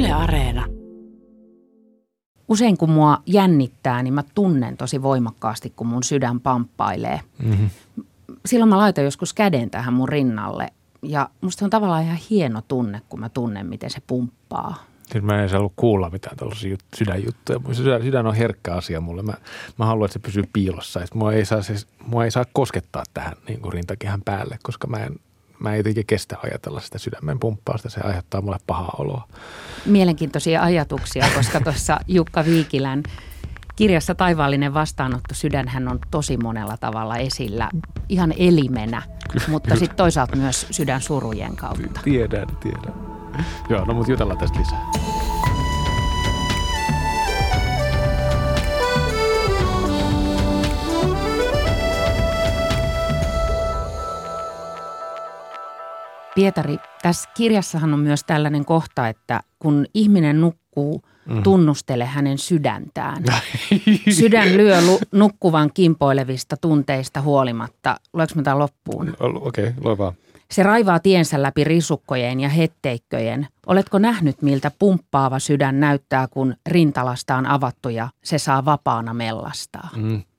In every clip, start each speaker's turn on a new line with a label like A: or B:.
A: Yle Areena.
B: Usein kun mua jännittää, niin mä tunnen tosi voimakkaasti, kun mun sydän pamppailee. Mm-hmm. Silloin mä laitan joskus käden tähän mun rinnalle. Ja musta on tavallaan ihan hieno tunne, kun mä tunnen, miten se pumppaa.
C: Siis mä en saa kuulla mitään tällaisia sydänjuttuja. Sydän on herkkä asia mulle. Mä haluan, että se pysyy piilossa. Mua ei saa koskettaa tähän niin kuin rintakehän päälle, koska mä en jotenkin kestä ajatella sitä sydämen pumppausta. Se aiheuttaa mulle pahaa oloa.
B: Mielenkiintoisia ajatuksia, koska tuossa Jukka Viikilän kirjassa Taivaallinen vastaanotto sydänhän on tosi monella tavalla esillä ihan elimenä, mutta sitten toisaalta myös sydän surujen kautta.
C: Tiedän. Joo, no mutta jutellaan tästä lisää.
B: Pietari, tässä kirjassahan on myös tällainen kohta, että kun ihminen nukkuu, tunnustele hänen sydäntään. Sydän lyö nukkuvan kimpoilevista tunteista huolimatta. Luenko mä tämän loppuun?
C: Okei, lue vaan.
B: Se raivaa tiensä läpi risukkojen ja hetteikköjen. Oletko nähnyt, miltä pumppaava sydän näyttää, kun rintalasta on avattu ja se saa vapaana mellastaa?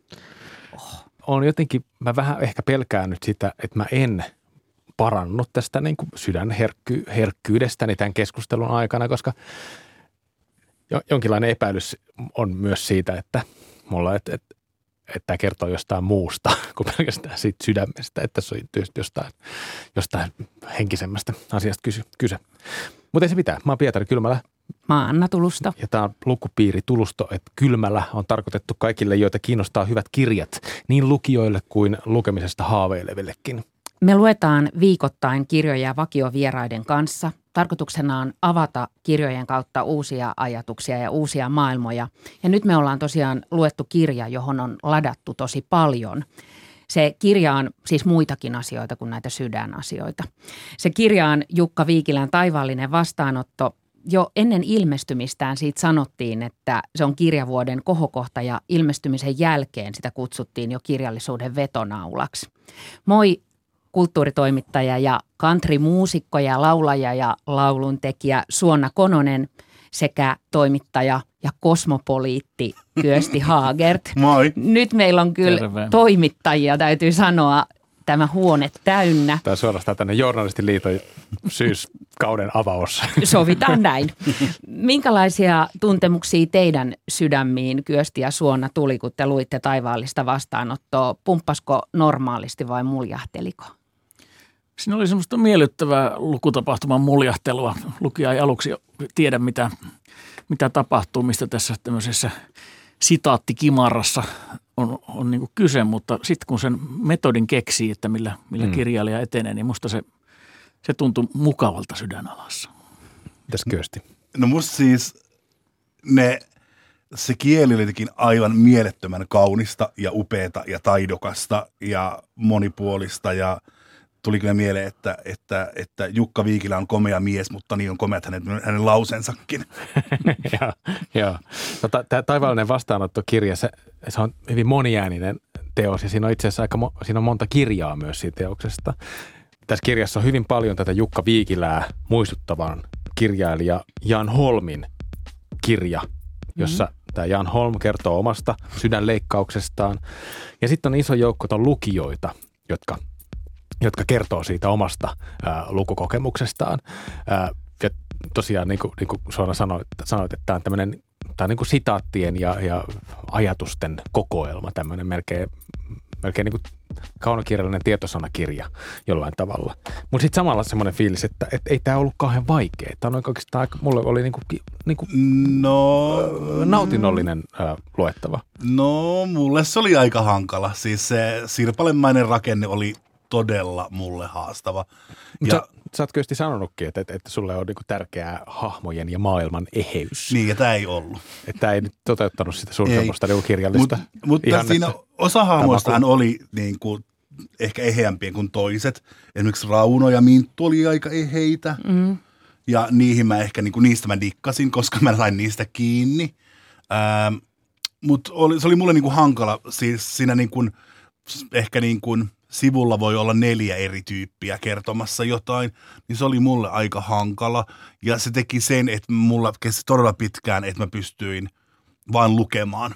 C: On jotenkin, mä vähän ehkä pelkään nyt sitä, että mä en parannut tästä niin kuin sydänherkkyydestäni tämän keskustelun aikana, koska jonkinlainen epäilys on myös siitä, että mulla, että tämä kertoo jostain muusta kuin pelkästään siitä sydämestä, että se on tietysti jostain henkisemmästä asiasta kyse. Mutta ei se mitään. Mä oon Pietari Kylmälä.
B: Mä oon Anna Tulusto.
C: Ja tää on lukupiiri Tulusto, että Kylmälä on tarkoitettu kaikille, joita kiinnostaa hyvät kirjat, niin lukijoille kuin lukemisesta haaveilevillekin.
B: Me luetaan viikoittain kirjoja vakiovieraiden kanssa. Tarkoituksena on avata kirjojen kautta uusia ajatuksia ja uusia maailmoja. Ja nyt me ollaan tosiaan luettu kirja, johon on ladattu tosi paljon. Se kirja on siis muitakin asioita kuin näitä sydänasioita. Se kirja on Jukka Viikilän Taivaallinen vastaanotto. Jo ennen ilmestymistään siitä sanottiin, että se on kirjavuoden kohokohta ja ilmestymisen jälkeen sitä kutsuttiin jo kirjallisuuden vetonaulaksi. Moi kulttuuritoimittaja ja countrymuusikko ja laulaja ja lauluntekijä Suonna Kononen sekä toimittaja ja kosmopoliitti Kyösti Haagert.
D: Moi.
B: Nyt meillä on kyllä toimittajia, täytyy sanoa, tämä huone täynnä.
C: Tämä on suorastaan tänne Journalistiliiton syyskauden avaus.
B: Sovitaan näin. Minkälaisia tuntemuksia teidän sydämiin Kyösti ja Suonna tuli, kun te luitte Taivaallista vastaanottoa? Pumppasko normaalisti vai muljahteliko?
A: Siinä oli semmoista miellyttävää lukutapahtuman muljahtelua. Lukija ei aluksi tiedä, mitä tapahtuu, mistä tässä tämmöisessä sitaattikimarrassa on niin kuin kyse, mutta sitten kun sen metodin keksii, että millä kirjailija etenee, niin musta se tuntui mukavalta sydänalassa.
C: Mitäs Kyösti?
D: No musta siis se kieli oli jotenkin aivan mielettömän kaunista ja upeata ja taidokasta ja monipuolista ja tuli kyllä mieleen, että Jukka Viikilä on komea mies, mutta niin on komeat hänen lausensakin.
C: Joo. Tämä Taivaallinen vastaanottokirja, se on hyvin moniääninen teos ja siinä on itse asiassa siinä on monta kirjaa myös siitä teoksesta. Tässä kirjassa on hyvin paljon tätä Jukka Viikilää muistuttavan kirjailija Jan Holmin kirja, jossa tämä Jan Holm kertoo omasta sydänleikkauksestaan. Ja sitten on iso joukko lukijoita, jotka kertoo siitä omasta lukukokemuksestaan. Ja tosiaan niin kuin Suona sanoit, että tämä on tämmöinen niin kuin sitaattien ja ajatusten kokoelma, tämmöinen melkein niin kuin kaunokirjallinen tietosanakirja jollain tavalla. Mutta sitten samalla semmoinen fiilis, että ei tämä ollut kauhean vaikea. Tämä on oikeastaan mulle oli nautinnollinen luettava.
D: No, mulle se oli aika hankala. Siis se sirpalemainen rakenne oli todella mulle haastava. Ja
C: sä oot Kyösti sanonutkin, että sulle on niinku tärkeää hahmojen ja maailman eheys.
D: Niin, ja tämä ei ollut.
C: Että tämä ei nyt toteuttanut sitä sun semmoista niinku kirjallista.
D: Mutta siinä osa hahmoistahan oli niinku ehkä eheämpiä kuin toiset. Esimerkiksi Rauno ja Minttu oli aika eheitä. Mm. Ja niistä mä dikkasin, koska mä sain niistä kiinni. Mutta se oli mulle niinku hankala siis siinä niinku ehkä niinku sivulla voi olla 4 eri tyyppiä kertomassa jotain, niin se oli mulle aika hankala. Ja se teki sen, että mulla kesti todella pitkään, että mä pystyin vaan lukemaan.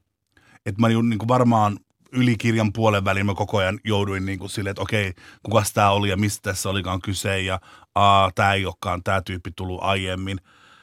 D: Että mä niin kuin varmaan yli kirjan puolen välin mä koko ajan jouduin niin kuin silleen, että okei, kukas tää oli ja mistä tässä olikaan kyse ja tää ei olekaan tää tyyppi tullut aiemmin.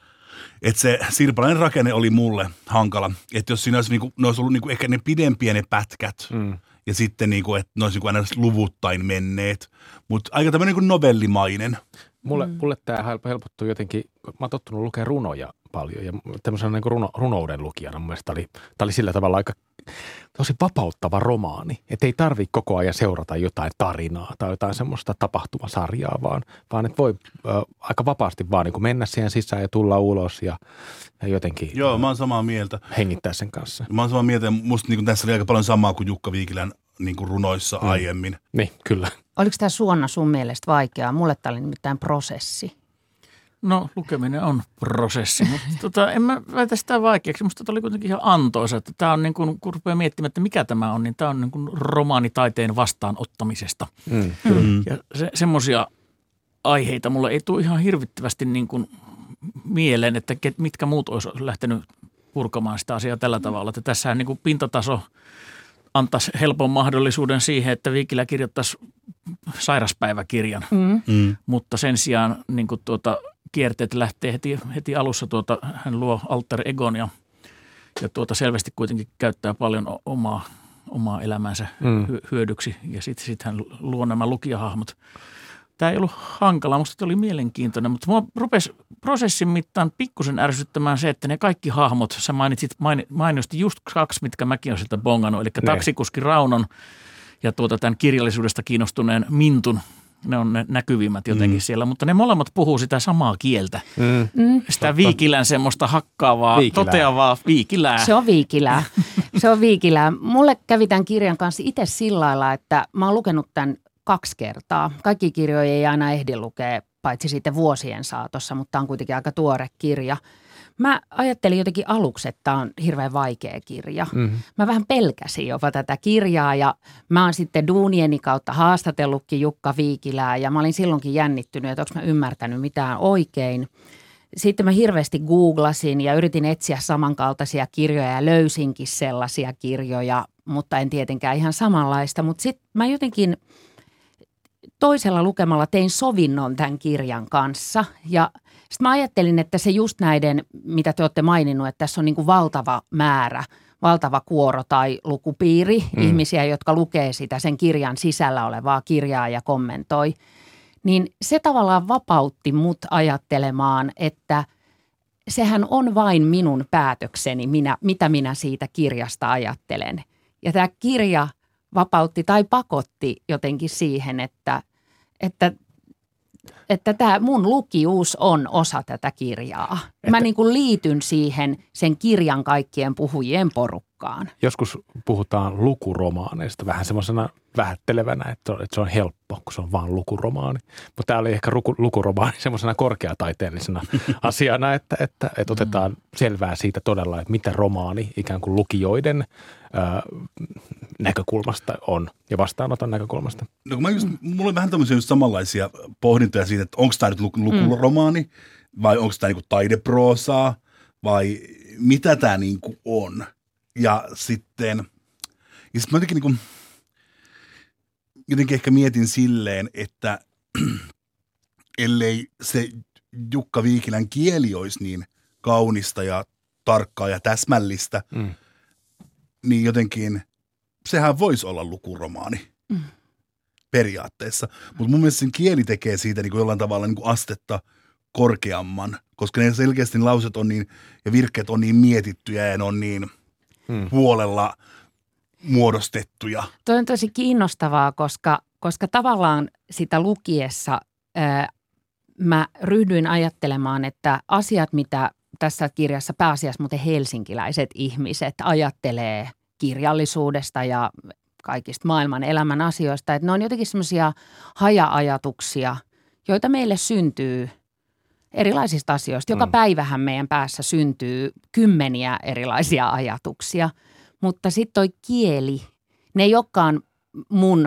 D: Että se sirpaleinen rakenne oli mulle hankala. Että jos siinä olisi, niinku, ne olisi ollut niinku ehkä ne pidempiä ne pätkät ja sitten niinku, että ne olisi niinku aina luvuttain menneet. Mutta aika tämmöinen niinku novellimainen.
C: Mulle tämä helpottuu jotenkin, mä oon tottunut lukea runoja paljon ja tämmöisenä niin kuin runouden lukijana mun mielestä tämä oli sillä tavalla aika tosi vapauttava romaani. Että ei tarvitse koko ajan seurata jotain tarinaa tai jotain semmoista tapahtumasarjaa, vaan että voi aika vapaasti vaan niin kuin mennä siihen sisään ja tulla ulos ja jotenkin
D: Joo, mä oon samaa mieltä.
C: Hengittää sen kanssa.
D: Mä oon samaa mieltä ja musta niin kuin tässä oli aika paljon samaa kuin Jukka Viikilän niin kuin runoissa aiemmin.
C: Niin, kyllä.
B: Oliko tämä Suonna sun mielestä vaikeaa? Mulle tämä oli nimittäin prosessi.
A: No lukeminen on prosessi, mutta en mä väitä sitä vaikeaksi. Musta oli kuitenkin ihan antoisa, että tämä on niin kuin, kun rupeaa miettimään, että mikä tämä on, niin tämä on niin kuin romaanitaiteen vastaanottamisesta. Ja semmoisia aiheita mulle ei tule ihan hirvittävästi niin kuin mieleen, että mitkä muut olisi lähtenyt purkamaan sitä asiaa tällä tavalla. Että tässähän niin kuin pintataso antaisi helpon mahdollisuuden siihen, että Viikilä kirjoittaisi sairaspäiväkirjan, mutta sen sijaan niin kuin kierteet lähtee heti alussa, hän luo alter egon ja selvästi kuitenkin käyttää paljon omaa elämänsä hyödyksi ja sitten hän luo nämä lukijahahmot. Tämä ei ollut hankala, musta tämä oli mielenkiintoinen, mutta mua rupesi prosessin mittaan pikkusen ärsyttämään se, että ne kaikki hahmot, sä mainitsit just 2, mitkä mäkin olen sieltä bongannut, eli taksikuski Raunon ja tämän kirjallisuudesta kiinnostuneen Mintun. Ne on ne näkyvimmät jotenkin siellä, mutta ne molemmat puhuu sitä samaa kieltä. Sitä Viikilän semmoista hakkaavaa, toteavaa Viikilää.
B: Se on Viikilää. Se on Viikilää. Mulle kävi tämän kirjan kanssa itse sillä lailla, että mä oon lukenut tämän 2 kertaa. Kaikki kirjoja ei aina ehdi lukea, paitsi sitten vuosien saatossa, mutta tämä on kuitenkin aika tuore kirja. Mä ajattelin jotenkin aluksi, että tämä on hirveän vaikea kirja. Mä vähän pelkäsin jopa tätä kirjaa ja mä oon sitten duunieni kautta haastatellutkin Jukka Viikilää ja mä olin silloinkin jännittynyt, että onko mä ymmärtänyt mitään oikein. Sitten mä hirveästi googlasin ja yritin etsiä samankaltaisia kirjoja ja löysinkin sellaisia kirjoja, mutta en tietenkään ihan samanlaista. Mutta sitten mä jotenkin toisella lukemalla tein sovinnon tämän kirjan kanssa ja sitten mä ajattelin, että se just näiden, mitä te olette maininnut, että tässä on niin kuin valtava määrä, valtava kuoro tai lukupiiri ihmisiä, jotka lukee sitä sen kirjan sisällä olevaa kirjaa ja kommentoi. Niin se tavallaan vapautti mut ajattelemaan, että sehän on vain minun päätökseni, mitä minä siitä kirjasta ajattelen. Ja tämä kirja vapautti tai pakotti jotenkin siihen, että tämä mun lukijuus on osa tätä kirjaa. Mä niin kuin liityn siihen sen kirjan kaikkien puhujien porukkaan.
C: Joskus puhutaan lukuromaaneista vähän semmoisena vähättelevänä, että se on helppo, kun se on vaan lukuromaani. Mutta tämä oli ehkä lukuromaani semmoisena korkeataiteellisena asiana, että otetaan selvää siitä todella, että mitä romaani ikään kuin lukijoiden näkökulmasta on ja vastaanoton näkökulmasta.
D: No mulla on vähän tämmöisiä just samanlaisia pohdintoja siitä, että onko tämä nyt lukuromaani vai onko tämä niinku taideproosaa vai mitä tämä niinku on. Ja sitten mä jotenkin ehkä mietin silleen, että ellei se Jukka Viikilän kieli olisi niin kaunista ja tarkkaa ja täsmällistä, niin jotenkin sehän voisi olla lukuromaani periaatteessa. Mutta mun mielestä sen kieli tekee siitä niin kuin jollain tavalla niin kuin astetta korkeamman, koska ne selkeästi lauset on niin, ja virkkeet on niin mietittyjä ja ne on niin huolella muodostettuja.
B: Toi on tosi kiinnostavaa, koska tavallaan sitä lukiessa mä ryhdyin ajattelemaan, että asiat, mitä tässä kirjassa pääasiassa muuten helsinkiläiset ihmiset ajattelee kirjallisuudesta ja kaikista maailman elämän asioista, että ne on jotenkin semmoisia haja-ajatuksia, joita meille syntyy erilaisista asioista. Joka päivähän meidän päässä syntyy kymmeniä erilaisia ajatuksia, mutta sitten toi kieli, ne ei olekaan mun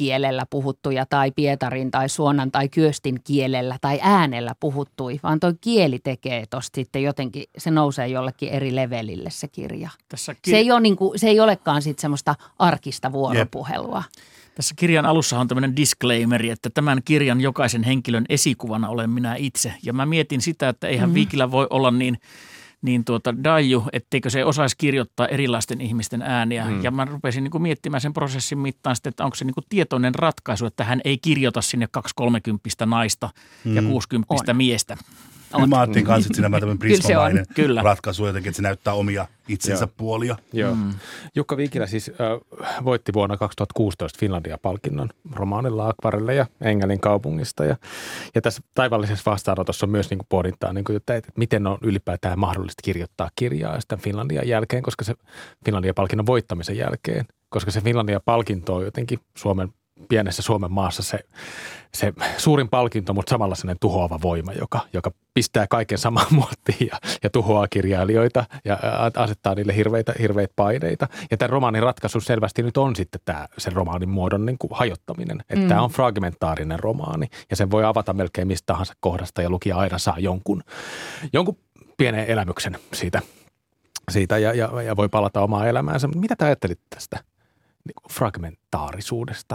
B: kielellä puhuttuja tai Pietarin tai Suonan tai Kyöstin kielellä tai äänellä puhuttui, vaan toi kieli tekee tosta sitten jotenkin, se nousee jollekin eri levelille se kirja. Se ei olekaan sitten semmoista arkista vuoropuhelua.
A: Tässä kirjan alussa on tämmöinen disclaimeri, että tämän kirjan jokaisen henkilön esikuvana olen minä itse. Ja mä mietin sitä, että eihän Viikilä voi olla niin daiju, etteikö se osaisi kirjoittaa erilaisten ihmisten ääniä. Ja mä rupesin niin kuin miettimään sen prosessin mittaan sitten, että onko se niin kuin tietoinen ratkaisu, että hän ei kirjoita sinne 2-30 naista ja 60 miestä.
D: Kyllä mä ajattelin kanssa, että siinä on tämmöinen prismamainen ratkaisu jotenkin, että se näyttää omia itsensä puolia.
C: Joo. Jukka Viikilä siis voitti vuonna 2016 Finlandia-palkinnon romaanilla Akvarelle ja Engelin kaupungista. Ja tässä taivallisessa vastaanotossa on myös niin kuin pohdintaa, niin kuin, että miten on ylipäätään mahdollista kirjoittaa kirjaa sitten Finlandian jälkeen, koska se Finlandia-palkinnon voittamisen jälkeen, koska se Finlandia-palkinto on jotenkin pienessä Suomen maassa se suurin palkinto, mutta samalla sellainen tuhoava voima, joka pistää kaiken samaan muottiin ja tuhoaa kirjailijoita ja asettaa niille hirveitä paineita. Ja tämän romaanin ratkaisu selvästi nyt on sitten sen romaanin muodon niin kuin hajottaminen. Että tämä on fragmentaarinen romaani ja sen voi avata melkein mistä tahansa kohdasta ja lukija aina saa jonkun pienen elämyksen siitä ja voi palata omaa elämäänsä. Mitä te ajattelit tästä fragmentaarisuudesta?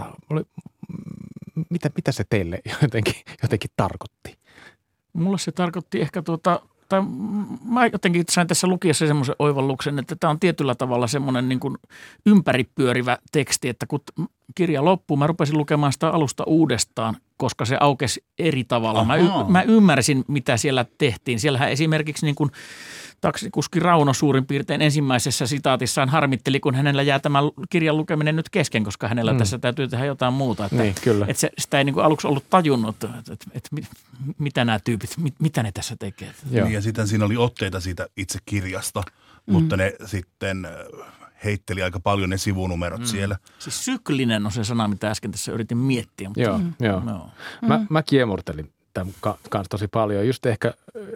C: Mitä se teille jotenkin tarkoitti?
A: Mulle se tarkoitti ehkä tai mä jotenkin sain tässä lukiessa semmoisen oivalluksen, että tämä on tietyllä tavalla semmoinen niin kuin ympäripyörivä teksti, että kun kirja loppuu, mä rupesin lukemaan sitä alusta uudestaan, koska se aukesi eri tavalla. Mä ymmärsin, mitä siellä tehtiin. Siellähän esimerkiksi niin kuin taksikuski Rauno suurin piirtein ensimmäisessä sitaatissaan harmitteli, kun hänellä jää tämän kirjan lukeminen nyt kesken, koska hänellä tässä täytyy tehdä jotain muuta. Että,
C: niin, kyllä.
A: Että sitä ei niin kuin aluksi ollut tajunnut, että mitä nämä tyypit, mitä ne tässä tekee.
D: Niin, ja sitten siinä oli otteita siitä itse kirjasta, mutta ne sitten heitteli aika paljon ne sivunumerot siellä.
A: Siis syklinen on se sana, mitä äsken tässä yritin miettiä. Mutta
C: Joo. Mä kiemurtelin tämän kanssa tosi paljon, just ehkä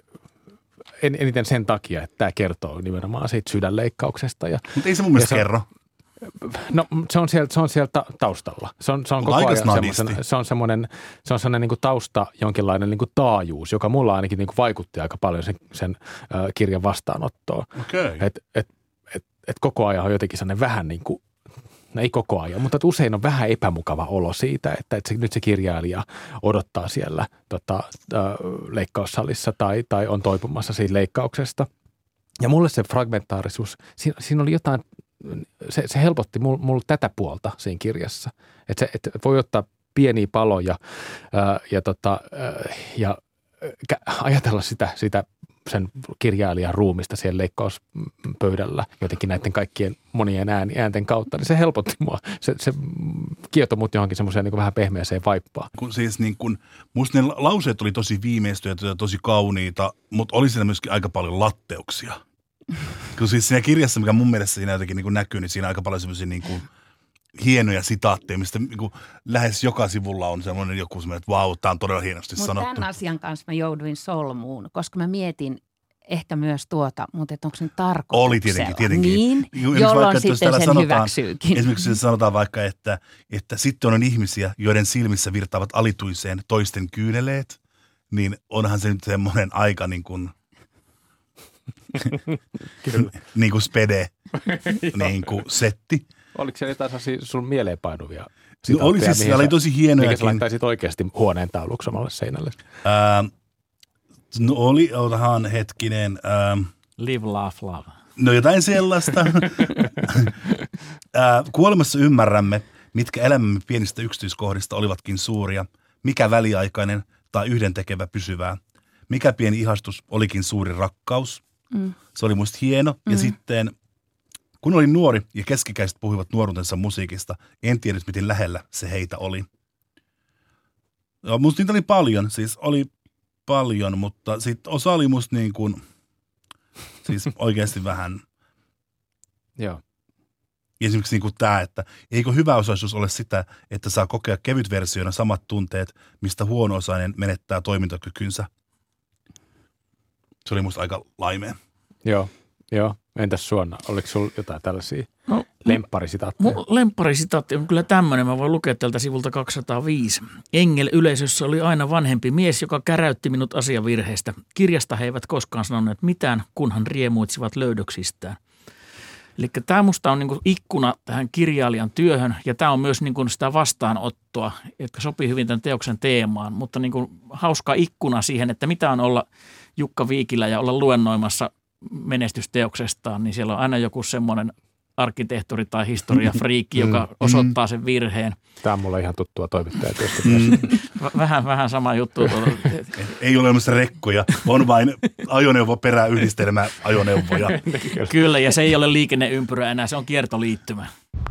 C: eniten sen takia, että tämä kertoo nimenomaan siitä sydänleikkauksesta. Mutta
D: ei se mun mielestä kerro.
C: No se on sieltä taustalla. Se on koko ajan semmoinen niin kuin tausta, jonkinlainen niin kuin taajuus, joka mulla ainakin niin kuin vaikutti aika paljon sen kirjan vastaanottoon.
D: Okay.
C: Et koko ajan on jotenkin sellainen vähän niin kuin, no ei koko ajan, mutta usein on vähän epämukava olo siitä, että nyt se kirjailija odottaa siellä leikkaussalissa tai on toipumassa siitä leikkauksesta. Ja mulle se fragmentaarisuus, siinä oli jotain, se helpotti mulle tätä puolta siinä kirjassa. Että voi ottaa pieniä paloja ja ajatella sitä sen kirjailijan ruumista siellä leikkauspöydällä jotenkin näiden kaikkien monien äänten kautta, niin se helpotti mua. Se kietoi mut johonkin semmoiseen niin kuin vähän pehmeäseen vaippaan.
D: Siis niin kuin, musta ne lauseet oli tosi viimeistyjä ja tosi kauniita, mutta oli siinä myöskin aika paljon latteuksia. Kun siis siinä kirjassa, mikä mun mielestä siinä jotenkin niin kuin näkyy, niin siinä on aika paljon semmoisia niin kuin hienoja sitaatteja, mistä niin kuin lähes joka sivulla on semmoinen joku semmoinen, että vau, tämä on todella hienosti sanottu.
B: Mutta tämän asian kanssa mä jouduin solmuun, koska mä mietin ehkä myös mutta että onko se tarkoituksella.
D: Oli tietenkin.
B: Niin, jolloin sitten sen
D: sanotaan,
B: hyväksyykin.
D: Esimerkiksi sanotaan vaikka, että sitten on ihmisiä, joiden silmissä virtaavat alituiseen toisten kyyneleet, niin onhan se nyt semmoinen aika niin kuin niin kuin spede, niin kuin setti.
C: Oliko siellä jotain sun mieleenpainuvia
D: sitaatteja? Oli siis, siellä oli tosi hienojakin.
C: Mikä sä laittaisit oikeasti huoneen tauluksi samalle seinälle?
D: No oli, otahan hetkinen.
A: Live, laugh, love.
D: No jotain sellaista. Kuolemassa ymmärrämme, mitkä elämämme pienistä yksityiskohdista olivatkin suuria, mikä väliaikainen tai yhdentekevä pysyvää, mikä pieni ihastus olikin suuri rakkaus. Se oli musta hieno. Ja sitten, kun olin nuori ja keskikäiset puhuivat nuoruutensa musiikista, en tiedä, miten lähellä se heitä oli. Ja musta niitä oli paljon, mutta sitten osa oli musta niin kuin, siis oikeasti vähän.
C: Joo.
D: Esimerkiksi niin kuin tämä, että eikö hyväosaisuus ole sitä, että saa kokea kevytversiona samat tunteet, mistä huono-osainen menettää toimintakykynsä. Se oli musta aika laimea.
C: Joo. Entäs Suonna? Oliko sulla jotain tällaisia Lempparisitaatti.
A: Mun lempparisitaatti on kyllä tämmöinen, mä voin lukea tältä sivulta 205. Engel yleisössä oli aina vanhempi mies, joka käräytti minut asiavirheestä. Kirjasta he eivät koskaan sanoneet mitään, kunhan riemuitsivat löydöksistään. Eli tämä musta on niin kuin ikkuna tähän kirjailijan työhön ja tämä on myös niin kuin sitä vastaanottoa, jotka sopii hyvin tämän teoksen teemaan, mutta niin kuin hauska ikkuna siihen, että mitä on olla Jukka Viikilä ja olla luennoimassa menestysteoksestaan, niin siellä on aina joku semmoinen arkkitehtori tai historiafriikki, joka osoittaa sen virheen.
C: Tämä on mulle ihan tuttua toimittajatyöstä.
A: Vähän sama juttu.
D: Ei ole olemassa rekkoja, on vain ajoneuvoperäyhdistelmä ajoneuvoja.
A: Kyllä, ja se ei ole liikenneympyrä enää, se on kiertoliittymä.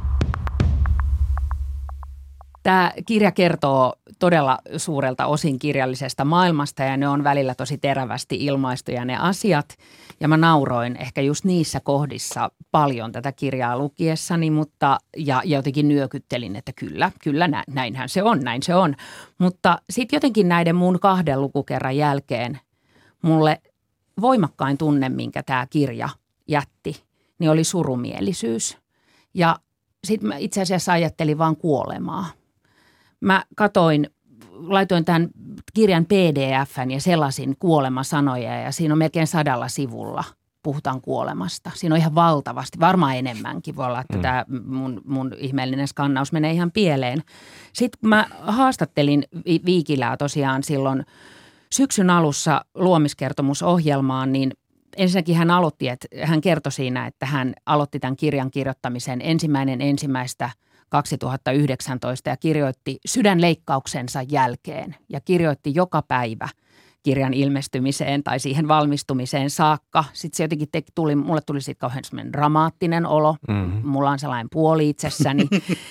B: Tämä kirja kertoo todella suurelta osin kirjallisesta maailmasta ja ne on välillä tosi terävästi ilmaistuja ne asiat. Ja mä nauroin ehkä just niissä kohdissa paljon tätä kirjaa lukiessani, ja jotenkin nyökyttelin, että kyllä näin se on. Mutta sitten jotenkin näiden mun 2 lukukerran jälkeen mulle voimakkain tunne, minkä tämä kirja jätti, niin oli surumielisyys. Ja sitten mä itse asiassa ajattelin vaan kuolemaa. Mä laitoin tämän kirjan PDF:n ja selasin kuolemasanoja ja siinä on melkein 100 sivulla puhutaan kuolemasta. Siinä on ihan valtavasti, varmaan enemmänkin. Voi olla, että tämä mun ihmeellinen skannaus menee ihan pieleen. Sitten mä haastattelin Viikilää tosiaan silloin syksyn alussa luomiskertomusohjelmaan, niin ensinnäkin hän aloitti, että hän kertoi siinä, että hän aloitti tämän kirjan kirjoittamisen 1.1. 2019 ja kirjoitti sydänleikkauksensa jälkeen ja kirjoitti joka päivä kirjan ilmestymiseen tai siihen valmistumiseen saakka. Sitten se jotenkin mulle tuli sitten kauhean semmoinen dramaattinen olo. Mulla on sellainen puoli itsessäni.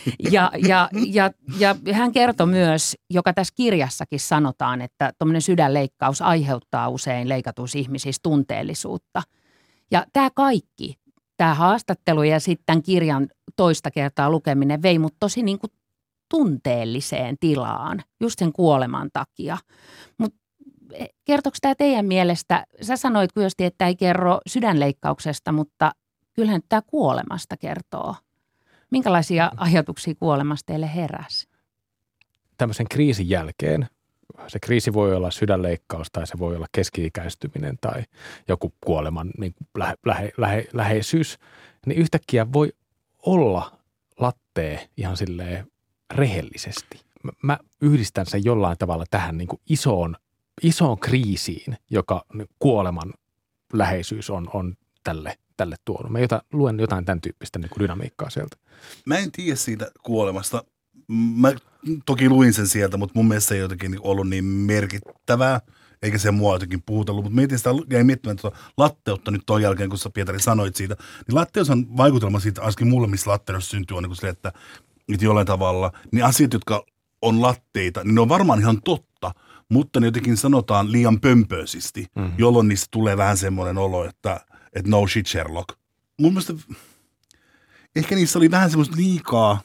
B: Ja hän kertoi myös, joka tässä kirjassakin sanotaan, että tuommoinen sydänleikkaus aiheuttaa usein leikatuissa ihmisissä tunteellisuutta. Ja tämä kaikki, tämä haastattelu ja sitten tämän kirjan toista kertaa lukeminen vei mut tosi niin kuin tunteelliseen tilaan, just sen kuoleman takia. Mutta kertooko tämä teidän mielestä, sä sanoit kyösti, että ei kerro sydänleikkauksesta, mutta kyllähän tämä kuolemasta kertoo. Minkälaisia ajatuksia kuolemasta teille heräsi?
C: Tämmöisen kriisin jälkeen, se kriisi voi olla sydänleikkaus tai se voi olla keski-ikäistyminen tai joku kuoleman niin läheisyys, niin yhtäkkiä voi olla lattee ihan silleen rehellisesti. Mä yhdistän sen jollain tavalla tähän niin kuin isoon kriisiin, joka kuoleman läheisyys on tälle tuonut. Mä luen jotain tämän tyyppistä niin kuin dynamiikkaa sieltä.
D: Mä en tiedä siitä kuolemasta. Mä toki luin sen sieltä, mutta mun mielestä se ei jotenkin ollut niin merkittävää, eikä se mua jotenkin puhutellut. Mutta mietin sitä, jäin miettimään tuota latteutta nyt ton jälkeen, kun sä Pietari sanoit siitä. Niin latteus on vaikutelma siitä, ainakin mulle, missä latteus syntyy, on niin kuin sille, että jollain tavalla, niin asiat, jotka on latteita, niin ne on varmaan ihan totta, mutta ne jotenkin sanotaan liian pömpöisesti, jolloin niistä tulee vähän semmoinen olo, että no shit Sherlock. Mun mielestä ehkä niissä oli vähän semmoista liikaa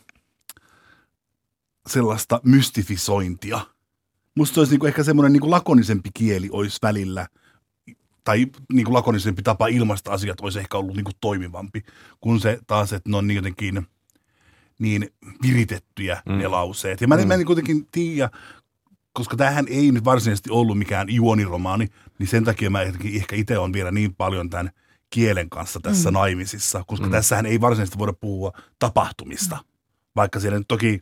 D: sellaista mystifisointia. Musta olisi niinku ehkä semmoinen niinku lakonisempi kieli olisi välillä, tai niinku lakonisempi tapa ilmaista asiat olisi ehkä ollut niinku toimivampi, kun se taas, että ne on jotenkin niin viritettyjä ne lauseet. Ja mä en kuitenkin tiedä, koska tämähän ei nyt varsinaisesti ollut mikään juoniromaani, niin sen takia mä ehkä itse on vielä niin paljon tämän kielen kanssa tässä naimisissa, koska tässähän ei varsinaisesti voida puhua tapahtumista, vaikka siellä nyt toki...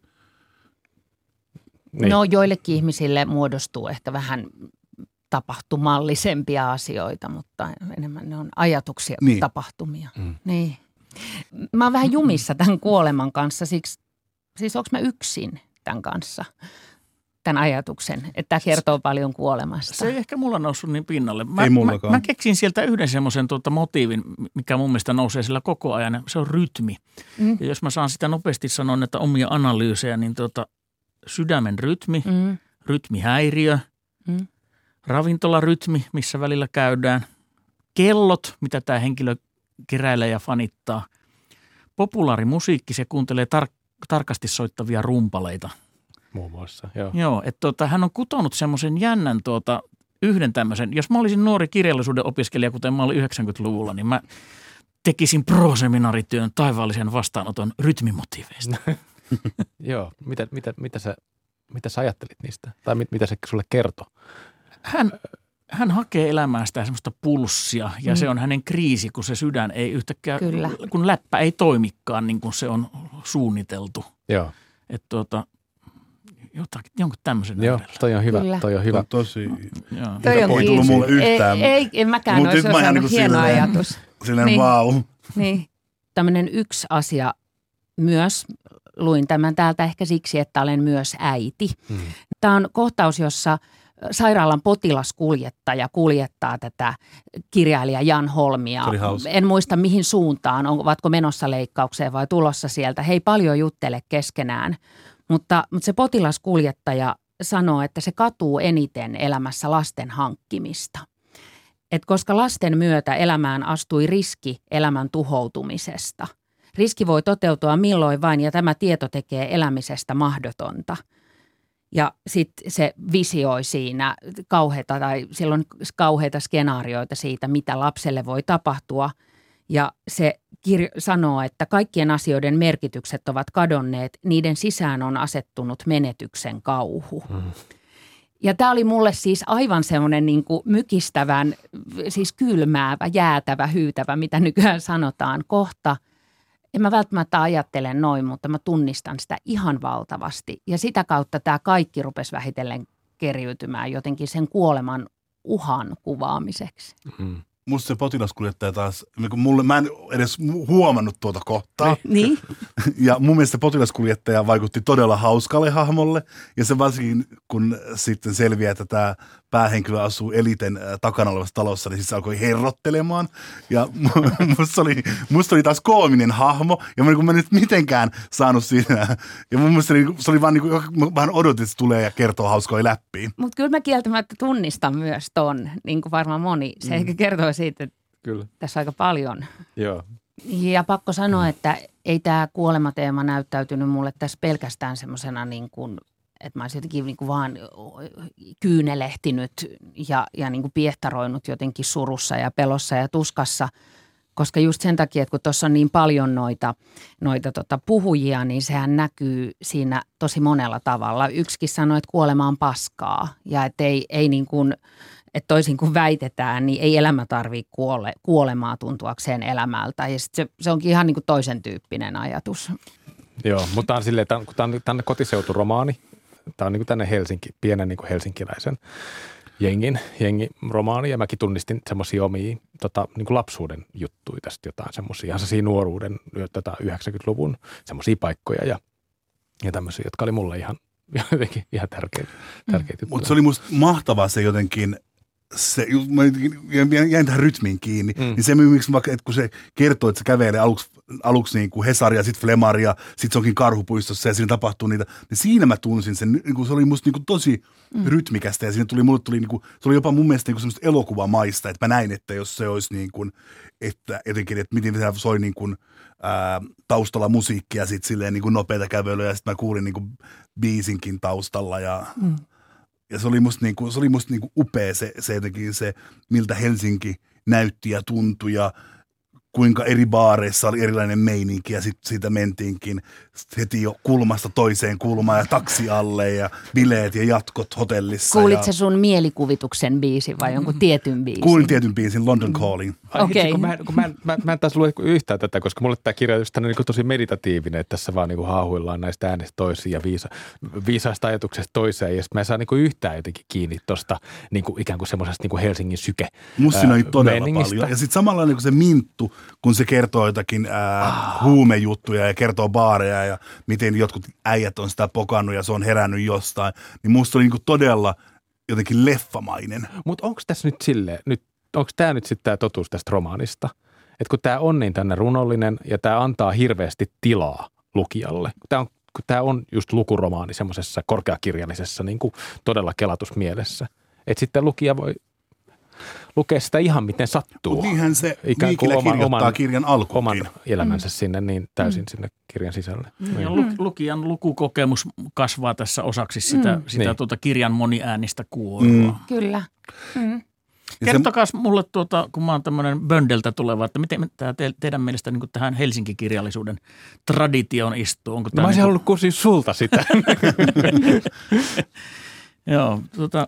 B: Niin. No joillekin ihmisille muodostuu ehkä vähän tapahtumallisempia asioita, mutta enemmän ne on ajatuksia kuin tapahtumia. Niin. Mä oon vähän jumissa tämän kuoleman kanssa, siis onko mä yksin tämän kanssa, tämän ajatuksen, että tämä kertoo paljon kuolemasta?
A: Se ei ehkä mulla noussut niin pinnalle.
D: Ei
A: mä keksin sieltä yhden semmoisen motiivin, mikä mun mielestä nousee sillä koko ajan, se on rytmi. Ja jos mä saan sitä nopeasti sanoa näitä omia analyysejä, niin sydämen rytmi, rytmihäiriö, ravintolarytmi, missä välillä käydään, kellot, mitä tämä henkilö keräilee ja fanittaa, populaarimusiikki, se kuuntelee tarkasti soittavia rumpaleita.
C: Muun muassa, joo.
A: Joo, että hän on kutonut semmoisen jännän yhden tämmöisen, jos mä olisin nuori kirjallisuuden opiskelija, kuten mä olin 90-luvulla, niin mä tekisin pro-seminaarityön taivaallisen vastaanoton rytmimotiiveista.
C: Joo, mitä sä ajattelit niistä? Tai mitä se sulle kertoi?
A: Hän hakee elämään sitä semmoista pulssia ja se on hänen kriisi, kun se sydän ei yhtäkkiä, kun läppä ei toimikaan niin kuin se on suunniteltu.
C: Joo.
A: Että jonkun tämmöisen
C: Joo,
A: äärellä.
C: toi on hyvä.
B: Kyllä.
C: Toi on hyvä.
D: Tosi.
B: Toi on
D: Ei tullut mulle yhtään.
B: En mäkään olisi osannut. Hieno ajatus.
D: Silleen vau.
B: Niin. Tämmöinen yksi asia myös, luin tämän täältä ehkä siksi, että olen myös äiti. Tämä on kohtaus, jossa sairaalan potilaskuljettaja kuljettaa tätä kirjailija Jan Holmia. En muista mihin suuntaan, ovatko menossa leikkaukseen vai tulossa sieltä. He ei paljon juttele keskenään, mutta se potilaskuljettaja sanoo, että se katuu eniten elämässä lasten hankkimista. Et koska lasten myötä elämään astui riski elämän tuhoutumisesta. Riski voi toteutua milloin vain ja tämä tieto tekee elämisestä mahdotonta. Ja sitten se visioi siinä silloin kauheita skenaarioita siitä, mitä lapselle voi tapahtua. Ja se sanoo, että kaikkien asioiden merkitykset ovat kadonneet, niiden sisään on asettunut menetyksen kauhu. Ja tämä oli mulle siis aivan semmoinen niin kuin mykistävän, siis kylmäävä, jäätävä, hyytävä, mitä nykyään sanotaan, kohta. En mä välttämättä ajattele noin, mutta mä tunnistan sitä ihan valtavasti. Ja sitä kautta tämä kaikki rupesi vähitellen keriytymään jotenkin sen kuoleman uhan kuvaamiseksi.
D: Musta se potilaskuljettaja taas, mä en edes huomannut tuota kohtaa.
B: Niin.
D: Ja mun mielestä potilaskuljettaja vaikutti todella hauskalle hahmolle. Ja se varsinkin, kun sitten selviää, että tämä päähenkilö asuu Eliten takana olevassa talossa, niin siis se alkoi herrottelemaan. Ja musta oli taas koominen hahmo. Ja mä en nyt mitenkään saanut siinä. Ja mun mielestä se oli vaan niin kuin, vähän odotin, että se tulee ja kertoo hauskoja läppiin.
B: Mutta kyllä mä kieltämättä tunnistan myös ton, niin kuin varmaan moni. Se ehkä kertoo siitä, että kyllä. Tässä aika paljon.
C: Joo.
B: Ja pakko sanoa, että ei tämä kuolemateema näyttäytynyt mulle tässä pelkästään semmoisena niin kuin, että mä olisin jotenkin niin kuin vaan kyynelehtinyt ja niin kuin piehtaroinut jotenkin surussa ja pelossa ja tuskassa. Koska just sen takia, että kun tuossa on niin paljon noita puhujia, niin sehän näkyy siinä tosi monella tavalla. Yksikin sanoi, että kuolema on paskaa ja että ei niin kuin, että toisin kuin väitetään, niin ei elämä tarvitse kuolemaa tuntuakseen elämältä. Ja sitten se onkin ihan niin kuin toisen tyyppinen ajatus.
C: Joo, mutta tämä on silleen, kun tämä on kotiseuturomaani. Tämä on niin kuin tänne pienen niin kuin helsinkiläisen jengin romaani. Ja mäkin tunnistin semmoisia omia niin kuin lapsuuden juttuja tästä jotain semmoisia. Ihan semmoisia nuoruuden 90-luvun semmoisia paikkoja ja tämmöisiä, jotka oli mulle jotenkin ihan tärkeitä juttuja.
D: Mutta se oli musta mahtavaa se jotenkin. Mä jäin tähän rytmiin kiinni, niin se miksi vaikka, että kun se kertoo, että se kävelee aluksi niin kuin Hesaria, sitten Flemaria, sitten se onkin Karhupuistossa ja siinä tapahtuu niitä, niin siinä mä tunsin sen, niin kuin se oli musta niin kuin tosi rytmikästä ja siinä mulle tuli niin kuin, se oli jopa mun mielestä niin kuin semmoista elokuvamaista, että mä näin, että jos se olisi niin kuin, että jotenkin, että miten se soi niin kuin taustalla musiikkia sitten silleen niin kuin nopeita kävelyä ja sitten mä kuulin niin kuin biisinkin taustalla ja se oli musta niinku upea se jotenkin se, miltä Helsinki näytti ja tuntui ja kuinka eri baareissa oli erilainen meininki ja sitten siitä mentiinkin heti jo kulmasta toiseen kulmaan ja taksi alle ja bileet ja jatkot hotellissa.
B: Kuulitko sun mielikuvituksen biisin vai jonkun tietyn biisin?
D: Kuulin tietyn biisin, London Calling.
B: Okei.
C: Mä en taas lue yhtään tätä, koska mulle tämä kirja on niin tosi meditatiivinen, että tässä vaan niin haahuillaan näistä äänestä toisiin ja viisaista ajatuksesta toiseen. Ja sitten mä en saa niin yhtään jotenkin kiinni tuosta niin ikään kuin semmoisesta niin Helsingin syke.
D: Musta siinä oli todella paljon. Ja sitten samalla niin kuin se Minttu, kun se kertoo jotakin huumejuttuja ja kertoo baareja ja miten jotkut äijät on sitä pokannut ja se on herännyt jostain, niin musta oli niin kuin todella jotenkin leffamainen.
C: Mutta onko tässä nyt silleen, onko tämä nyt sitten tämä totuus tästä romaanista? Että kun tämä on niin tänne runollinen ja tämä antaa hirveästi tilaa lukijalle. Kun tämä on just lukuromaani semmoisessa korkeakirjallisessa niin kuin todella kelatusmielessä. Että sitten lukija voi lukea sitä ihan miten sattuu.
D: Mutta niinhän se Viikilä kirjoittaa kirjan alkuun.
C: Oman elämänsä sinne niin täysin sinne kirjan sisälle.
A: Ja lukijan lukukokemus kasvaa tässä osaksi sitä kirjan moniäänistä kuoroa.
B: Kyllä.
A: Kertokaa mulle, kun mä oon tämmöinen Böndeltä tuleva, että miten tämä teidän mielestä niin tähän Helsinki-kirjallisuuden traditioon istuu? Onko
C: mä olisin halunnut kysyä sulta sitä.
A: Joo,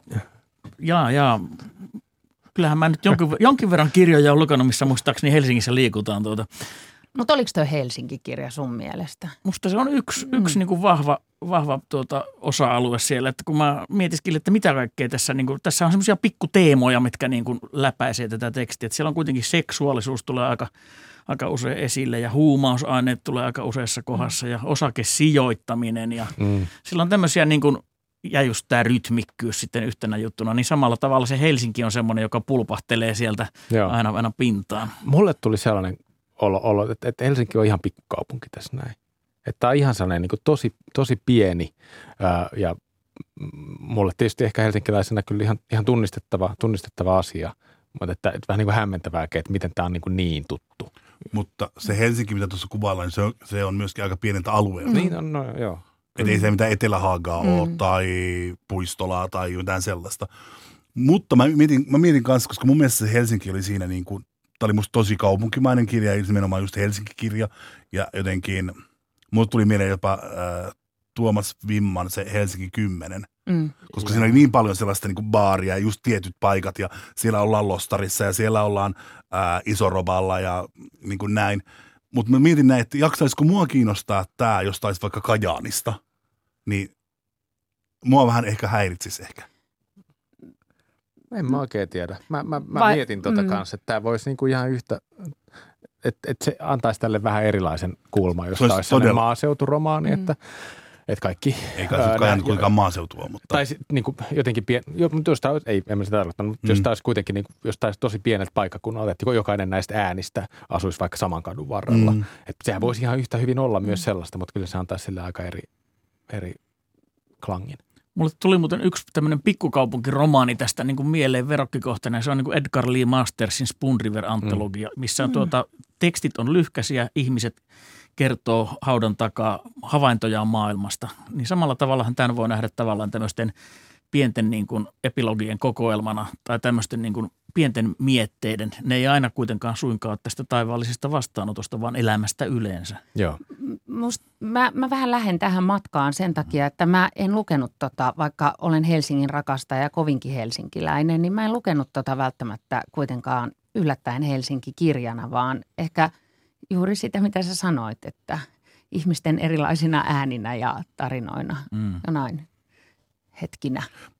A: kyllähän mä nyt jonkin verran kirjoja olen lukenut, missä muistaakseni Helsingissä liikutaan .
B: Mutta oliko tuo Helsinki-kirja sun mielestä?
A: Musta se on yksi niin kuin vahva osa-alue siellä, että kun mä mietiskelin, että mitä kaikkea tässä, niin kuin, tässä on semmoisia pikkuteemoja, mitkä niin kuin läpäisee tätä tekstiä. Että siellä on kuitenkin seksuaalisuus tulee aika usein esille ja huumausaineet tulee aika useassa kohdassa ja osakesijoittaminen ja sillä on tämmöisiä niin kuin, ja just tämä rytmikkyys sitten yhtenä juttuna, niin samalla tavalla se Helsinki on semmoinen, joka pulpahtelee sieltä aina pintaan.
C: Mulle tuli sellainen olo, että Helsinki on ihan pikkukaupunki tässä näin. Että tämä on ihan sellainen niin kuin tosi pieni ja mulle tietysti ehkä helsinkiläisenä kyllä ihan tunnistettava asia, mutta että vähän niin kuin hämmentävääkin, että miten tämä on niin tuttu.
D: Mutta se Helsinki, mitä tuossa kuvaillaan, niin se on myöskin aika pieneltä alueelta.
C: Niin on, no joo.
D: Että ei se mitään Etelä-Haagaa ole tai Puistolaa tai jotain sellaista. Mutta mä mietin kanssa, koska mun mielestä se Helsinki oli siinä niin kuin, tämä oli musta tosi kaupunkimainen kirja, ja nimenomaan just Helsinki-kirja. Ja jotenkin, mulle tuli mieleen jopa Tuomas Vimman se Helsinki 10. Koska siinä oli niin paljon sellaista niin kuin baaria ja just tietyt paikat, ja siellä ollaan Lostarissa ja siellä ollaan Isoroballa ja niin kuin näin. Mutta mä mietin näin, että jaksaisiko mua kiinnostaa tämä jostain vaikka Kajaanista, niin mua vähän ehkä häiritsisi ehkä.
C: En mä oikein tiedä. Mä mietin kanssa, että tämä voisi niinku ihan yhtä, että se antaisi tälle vähän erilaisen kulman, jos tämä olisi sellainen maaseuturomaani, että kaikki...
D: Ei kai se Kajaanit kuitenkaan maaseutua, mutta...
C: Tai niinku jotenkin mutta jos tämä olisi, en mä sitä tarkoittanut, mutta jos tämä olisi kuitenkin, niinku, jos tämä olisi tosi pienet paikkakunnat, että jokainen näistä äänistä asuisi vaikka saman kadun varrella. Että sehän voisi ihan yhtä hyvin olla myös sellaista, mutta kyllä se antaisi sille aika eri klangin.
A: Mulle tuli muuten yksi tämmöinen pikkukaupunkiromaani tästä niin kuin mieleen verokkikohtana. Se on niin kuin Edgar Lee Mastersin Spoon River-antologia, missä tekstit on lyhkäisiä, ihmiset kertoo haudan takaa havaintojaan maailmasta. Niin samalla tavallahan tämän voi nähdä tavallaan tämmöisten pienten niin kuin epilogien kokoelmana tai tämmöisten niin kuin pienten mietteiden. Ne ei aina kuitenkaan suinkaan ole tästä taivaallisesta vastaanotosta, vaan elämästä yleensä.
C: Joo.
B: Mä vähän lähden tähän matkaan sen takia, että mä en lukenut vaikka olen Helsingin rakastaja ja kovinkin helsinkiläinen, niin mä en lukenut välttämättä kuitenkaan yllättäen Helsinki-kirjana, vaan ehkä juuri sitä, mitä sä sanoit, että ihmisten erilaisina ääninä ja tarinoina jonain hetkinä.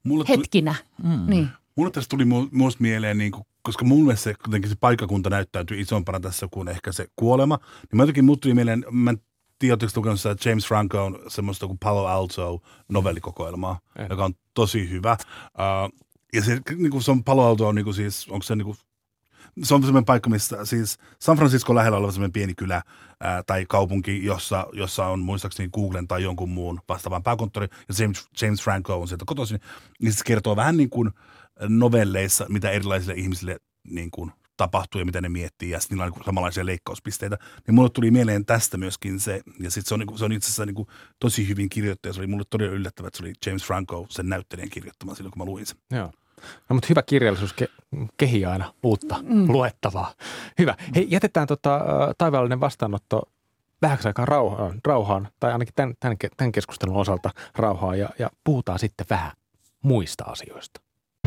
B: Niin.
D: Mulle tässä tuli musta mieleen, niin kuin, koska mun mielestä se paikkakunta näyttäytyy isompana tässä kuin ehkä se kuolema. Niin mä jotenkin mulle tuli mieleen, mä en tiedä, oletteko lukenut James Franco on semmoista kuin Palo Alto novellikokoelmaa, joka on tosi hyvä. Ja se, niin kuin se on Palo Alto on niin kuin siis, onko se niin kuin, se on semmoinen paikka, missä siis San Francisco lähellä oleva semmoinen pieni kylä tai kaupunki, jossa on muistaakseni Googlen tai jonkun muun vastaavan pääkonttori, ja James Franco on sieltä kotoisin. Niin se kertoo vähän niin kuin novelleissa, mitä erilaisille ihmisille niin kuin tapahtuu ja mitä ne miettii, ja sitten niillä on niin kuin samanlaisia leikkauspisteitä. Niin mulle tuli mieleen tästä myöskin se, ja sitten se on itse asiassa niin kuin tosi hyvin kirjoittaja. Se oli mulle todella yllättävää, että se oli James Franco sen näyttelijän kirjoittama silloin, kun mä luin sen.
C: Joo. No, mutta hyvä kirjallisuus kehii aina uutta luettavaa. Hyvä. Hei, jätetään taivaallinen vastaanotto vähäksi aikaa rauhaan, tai ainakin tämän keskustelun osalta rauhaan, ja puhutaan sitten vähän muista asioista.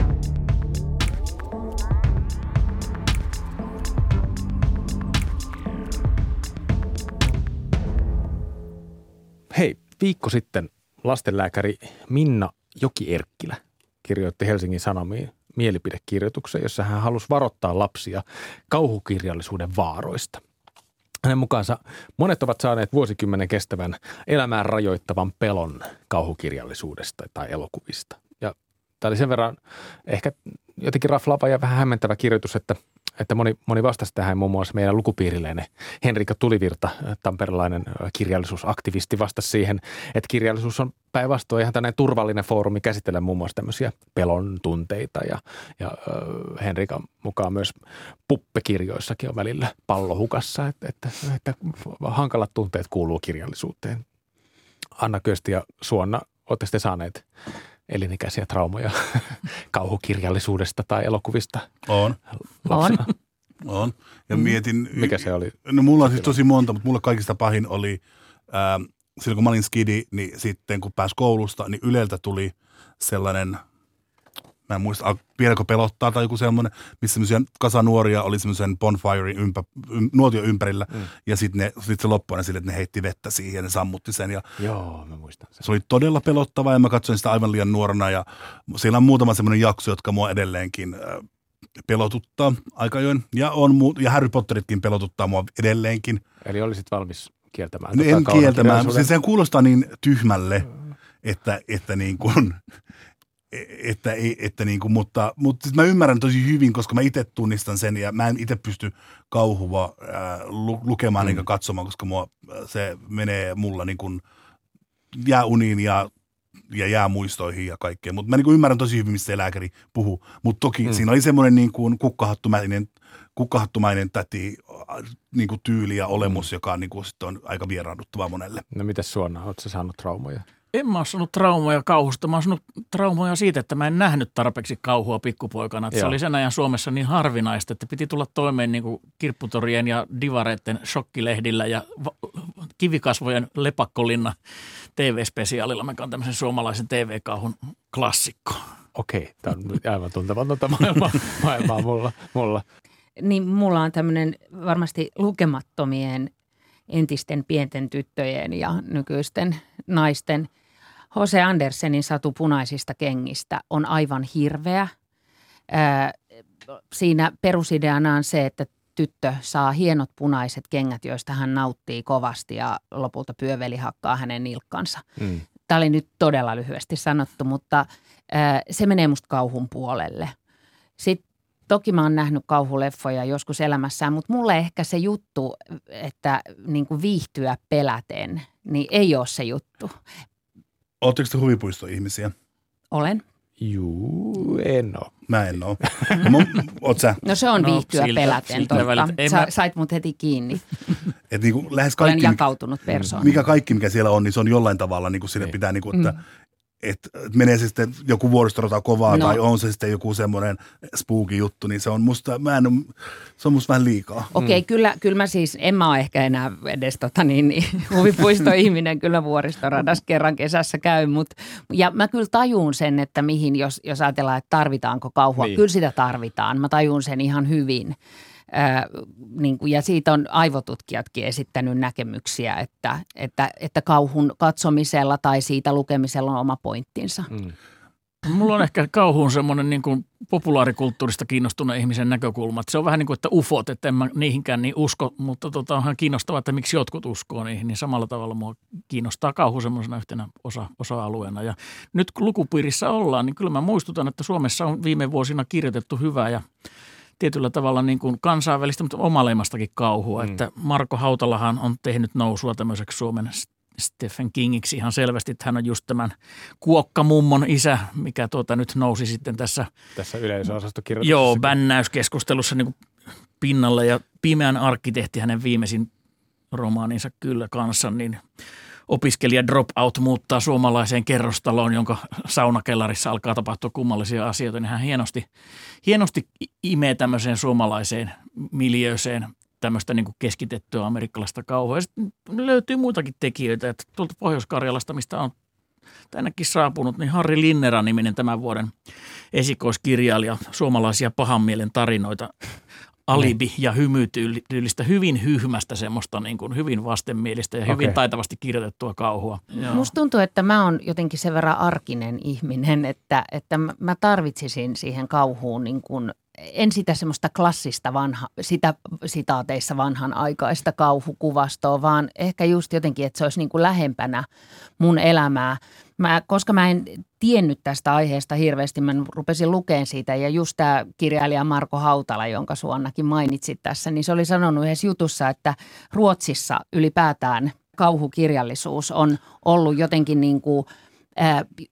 C: Hei, viikko sitten lastenlääkäri Minna Joki-Erkkilä kirjoitti Helsingin Sanomiin mielipidekirjoituksen, jossa hän halusi varoittaa lapsia kauhukirjallisuuden vaaroista. Hänen mukaansa monet ovat saaneet vuosikymmenen kestävän elämään rajoittavan pelon kauhukirjallisuudesta tai elokuvista. Ja tämä oli sen verran ehkä jotenkin raflaava ja vähän hämmentävä kirjoitus, että moni vastasi tähän, muun muassa meidän lukupiiriläinen Henrika Tulivirta, tamperelainen kirjallisuusaktivisti, vastasi siihen, että kirjallisuus on päinvastoin ihan tämmöinen turvallinen foorumi käsitellä muun muassa tämmöisiä pelon tunteita ja Henrikan mukaan myös puppekirjoissakin on välillä pallo hukassa, että hankalat tunteet kuuluu kirjallisuuteen. Anna Kösti ja Suonna, olette sitten saaneet elinikäisiä traumoja kauhukirjallisuudesta tai elokuvista?
D: On. On. Ja mietin...
C: Mikä se oli?
D: No mulla on siis tosi monta, mutta mulla kaikista pahin oli, silloin kun mä olin skidi, niin sitten kun pääsi koulusta, niin Yleltä tuli sellainen, mä en muista, vieläkö pelottaa tai joku semmoinen, missä semmoisia kasanuoria oli semmoisen bonfirein nuotion ympärillä. Ja sitten se loppui sille, että ne heitti vettä siihen ja ne sammutti sen. Ja
C: joo, mä muistan sen.
D: Se oli todella pelottavaa ja mä katsoin sitä aivan liian nuorena. Ja siellä on muutama semmoinen jakso, jotka mua edelleenkin pelotuttaa aika ajoin. Ja Harry Potteritkin pelotuttaa mua edelleenkin.
C: Eli olisit valmis kieltämään?
D: No en kieltämään. Siis se kuulostaa niin tyhmälle, että niin kuin... Että niin kuin, mutta siis mä ymmärrän tosi hyvin, koska mä itse tunnistan sen ja mä en itse pysty kauhua lukemaan eikä katsomaan, koska se menee mulla niin kuin jää uniin ja jää muistoihin ja kaikkeen. Mutta mä niin kuin ymmärrän tosi hyvin, mistä se lääkäri puhuu. Mutta toki siinä oli semmoinen niin kuin kukkahattumainen täti niin kuin tyyli ja olemus, joka niin kuin sitten on aika vieraannuttavaa monelle.
C: No mitäs Suonna, ootko sä saanut traumoja?
A: En mä ole saanut traumoja kauhusta. Mä oon saanut traumoja siitä, että mä en nähnyt tarpeeksi kauhua pikkupoikana. Se oli sen ajan Suomessa niin harvinaista, että piti tulla toimeen niin kuin kirpputorien ja divareiden shokkilehdillä ja kivikasvojen lepakkolinna TV-spesiaalilla. Mä oon tämmöisen suomalaisen TV-kauhun klassikko.
C: Okei, tämä on aivan tuntematonta maailmaa mulla.
B: Niin mulla on tämmöinen varmasti lukemattomien entisten pienten tyttöjen ja nykyisten naisten. H.C. Andersenin Satu punaisista kengistä on aivan hirveä. Siinä perusideana on se, että tyttö saa hienot punaiset kengät, joista hän nauttii kovasti ja lopulta pyöveli hakkaa hänen nilkkansa. Tämä oli nyt todella lyhyesti sanottu, mutta se menee musta kauhun puolelle. Sitten toki mä oon nähnyt kauhuleffoja joskus elämässään, mutta mulle ehkä se juttu, että niin kuin viihtyä peläten, niin ei ole se juttu.
D: Oletteko te huvipuistoihmisiä?
B: Olen.
C: Juu, en ole.
D: Mä en ole. Oot sä?
B: No se on viihtyä peläten, totta. Sait mut heti kiinni.
D: Et niin kuin lähes kaikki,
B: olen jakautunut persoona.
D: Mikä siellä on, niin se on jollain tavalla, niin kuin sinne pitää, niin kuin, että menee se sitten joku vuoristorata kovaa tai on se sitten joku semmoinen spooky juttu, niin se on musta, se on musta vähän liikaa.
B: Okei, kyllä mä siis, en mä ole ehkä enää edes huvipuistoihminen, kyllä vuoristoradassa kerran kesässä käyn, ja mä kyllä tajun sen, että mihin, jos ajatellaan, että tarvitaanko kauhua, niin. Kyllä sitä tarvitaan, mä tajun sen ihan hyvin. Ja siitä on aivotutkijatkin esittänyt näkemyksiä, että kauhun katsomisella tai siitä lukemisella on oma pointtinsa.
A: Mulla on ehkä kauhuun semmoinen niin kuin populaarikulttuurista kiinnostuneen ihmisen näkökulma. Että se on vähän niin kuin, että ufot, että en mä niihinkään niin usko, mutta on ihan kiinnostavaa, että miksi jotkut uskoo niihin. Niin samalla tavalla mua kiinnostaa kauhu semmoisena yhtenä osa-alueena. Ja nyt kun lukupiirissä ollaan, niin kyllä mä muistutan, että Suomessa on viime vuosina kirjoitettu hyvää ja tietyllä tavalla niin kuin kansainvälistä, mutta omaleimastakin kauhua. Että Marko Hautalahan on tehnyt nousua tämmöiseksi Suomen Stephen Kingiksi ihan selvästi, että hän on just tämän Kuokkamummon isä, mikä nyt nousi sitten tässä
C: yleisöosastokirjoituksessa.
A: Joo, bännäyskeskustelussa niin kuin pinnalle ja Pimeän arkkitehti hänen viimeisin romaaninsa kyllä kanssa, niin opiskelija Dropout muuttaa suomalaiseen kerrostaloon, jonka saunakellarissa alkaa tapahtua kummallisia asioita, niin hän hienosti imee tämmöiseen suomalaiseen miljööseen tämmöistä niin kuin keskitettyä amerikkalaista kauhua. Ja sitten löytyy muitakin tekijöitä, että tuolta Pohjois-Karjalasta, mistä on tännekin saapunut, niin Harri Linnera-niminen tämän vuoden esikoiskirjailija, suomalaisia pahan mielen tarinoita, alibi- ja hymytyylistä, hyvin hyhmästä semmoista niin kuin hyvin vastenmielistä ja hyvin taitavasti kirjoitettua kauhua. Joo.
B: Musta tuntuu, että mä oon jotenkin sen verran arkinen ihminen, että mä tarvitsisin siihen kauhuun niin kuin, en sitä semmoista klassista sitä sitaateissa vanhanaikaista kauhukuvastoa, vaan ehkä just jotenkin, että se olisi niin kuin lähempänä mun elämää. Koska mä en tiennyt tästä aiheesta hirveästi, mä rupesin lukemaan siitä ja just tämä kirjailija Marko Hautala, jonka Suonnakin mainitsit tässä, niin se oli sanonut yhdessä jutussa, että Ruotsissa ylipäätään kauhukirjallisuus on ollut jotenkin niin kuin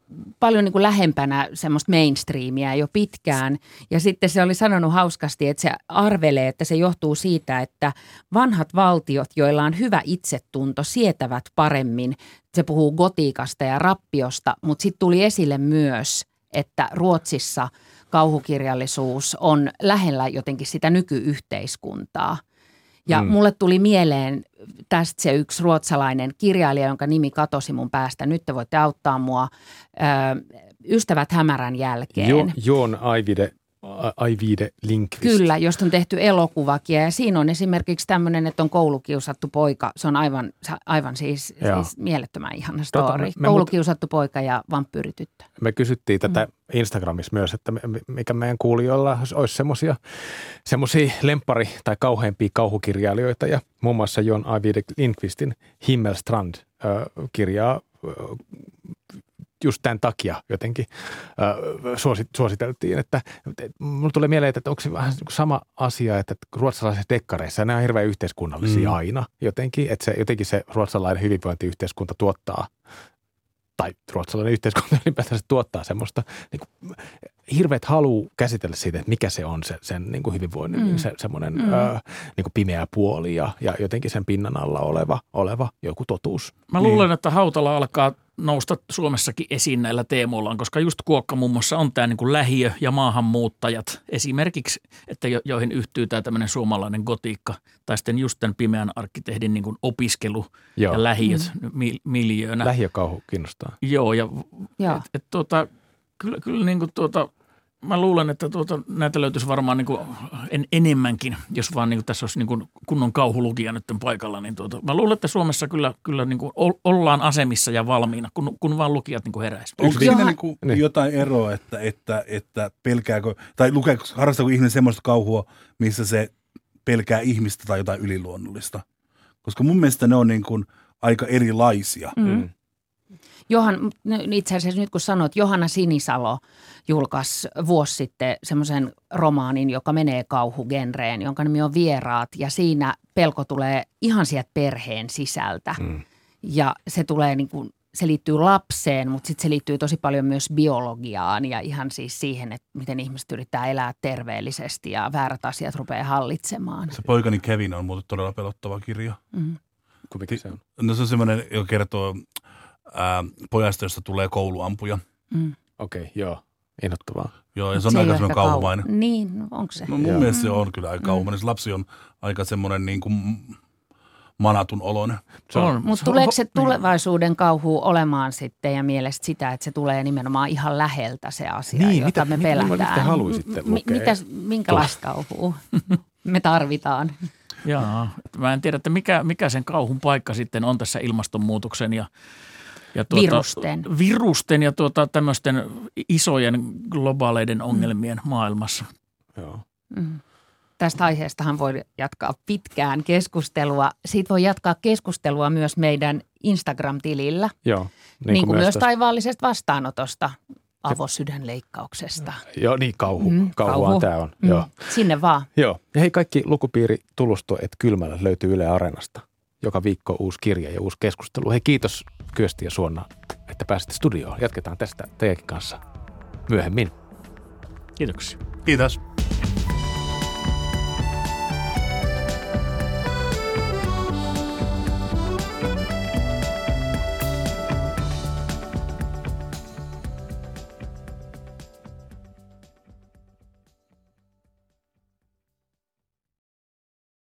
B: paljon niin kuin lähempänä semmoista mainstreamia jo pitkään. Ja sitten se oli sanonut hauskasti, että se arvelee, että se johtuu siitä, että vanhat valtiot, joilla on hyvä itsetunto, sietävät paremmin. Se puhuu gotiikasta ja rappiosta, mutta sitten tuli esille myös, että Ruotsissa kauhukirjallisuus on lähellä jotenkin sitä nykyyhteiskuntaa. Ja mulle tuli mieleen tästä se yksi ruotsalainen kirjailija, jonka nimi katosi mun päästä. Nyt te voitte auttaa mua. Ystävät hämärän jälkeen.
C: Jon Ajvide Lindqvist.
B: Kyllä, josta on tehty elokuvakin. Ja siinä on esimerkiksi tämmöinen, että on koulukiusattu poika. Se on aivan siis mielettömän ihana story. Koulukiusattu poika ja vampyyrityttö.
C: Me kysyttiin tätä Instagramissa myös, että mikä meidän kuulijoilla olisi semmoisia lemppari- tai kauheimpia kauhukirjailijoita. Ja muun muassa Jon Ajvide Lindqvistin Himmelstrand-kirjaa just tämän takia jotenkin suositeltiin, että mulla tulee mieleen, että onko se vähän sama asia, että ruotsalaisissa dekkareissa nämä on hirveän yhteiskunnallisia aina jotenkin, että jotenkin se ruotsalainen hyvinvointiyhteiskunta tuottaa, tai ruotsalainen yhteiskunta ylipäätään se tuottaa semmoista niin kuin, hirveät halu käsitellä siitä, että mikä se on sen niin kuin hyvinvoinnin, semmoinen niin kuin pimeä puoli ja jotenkin sen pinnan alla oleva joku totuus.
A: Mä luulen, että Hautala alkaa nousta Suomessakin esiin näillä teemoillaan, koska just Kuokka muun muassa on tämä niin kuin lähiö ja maahanmuuttajat esimerkiksi, että joihin yhtyy tämä tämmöinen suomalainen gotiikka tai sitten just tämän pimeän arkkitehdin niin kuin opiskelu ja lähiöt miljöönä.
C: Lähiökauhu kiinnostaa.
A: Joo, ja kyllä niin kuin mä luulen, että näitä löytyisi varmaan niin kuin enemmänkin, jos vaan niin kuin tässä olisi niin kuin kunnon kauhulukija nyt paikalla. Niin mä luulen, että Suomessa kyllä niin kuin ollaan asemissa ja valmiina, kun vaan lukijat niin kuin heräisivät.
D: Onko siinä niin kuin jotain eroa, että pelkääkö, tai harrastaako ihminen semmoista kauhua, missä se pelkää ihmistä tai jotain yliluonnollista? Koska mun mielestä ne on niin kuin aika erilaisia.
B: Itse asiassa nyt kun sanot, Johanna Sinisalo julkaisi vuosi sitten semmoisen romaanin, joka menee kauhugenreen, jonka nimi on Vieraat. Ja siinä pelko tulee ihan sieltä perheen sisältä. Ja se tulee niin kuin, se liittyy lapseen, mutta sitten se liittyy tosi paljon myös biologiaan ja ihan siis siihen, että miten ihmiset yrittää elää terveellisesti ja väärät asiat rupeaa hallitsemaan. Se
D: poikani Kevin on muuten todella pelottava kirja.
C: Mikä se on?
D: No se on semmoinen, joka kertoo pojasta, josta tulee kouluampuja.
C: Okei, joo. Innoittavaa.
D: Joo, ja se on aika semmoinen kauhumainen.
B: Niin, no onko se?
D: No mun mielestä se on kyllä aika kauhumainen. Se lapsi on aika semmoinen niin kuin manatun oloinen.
B: Mutta tuleeko se tulevaisuuden kauhu olemaan sitten ja mielestä sitä, että se tulee nimenomaan ihan läheltä se asia, jota me pelätään?
C: Mitä te haluaisitte lukea?
B: Minkälaista kauhua me tarvitaan?
A: Jaa, mä en tiedä, että mikä sen kauhun paikka sitten on tässä ilmastonmuutoksen ja virusten ja tämmöisten isojen globaaleiden ongelmien maailmassa.
C: Joo.
B: Tästä aiheestahan voi jatkaa pitkään keskustelua. Siitä voi jatkaa keskustelua myös meidän Instagram-tilillä.
C: Joo.
B: Niin kuin myös taivaallisesta vastaanotosta, avosydänleikkauksesta.
C: Joo, niin kauhuaan tämä on. Joo.
B: Sinne vaan.
C: Joo. Ja hei, kaikki lukupiiri Tulusto@Kylmällä löytyy Yle Areenasta. Joka viikko uusi kirja ja uusi keskustelu. Hei, kiitos Kyösti ja Suonna, että pääsitte studioon. Jatketaan tästä teidänkin kanssa myöhemmin.
A: Kiitoksia.
D: Kiitos.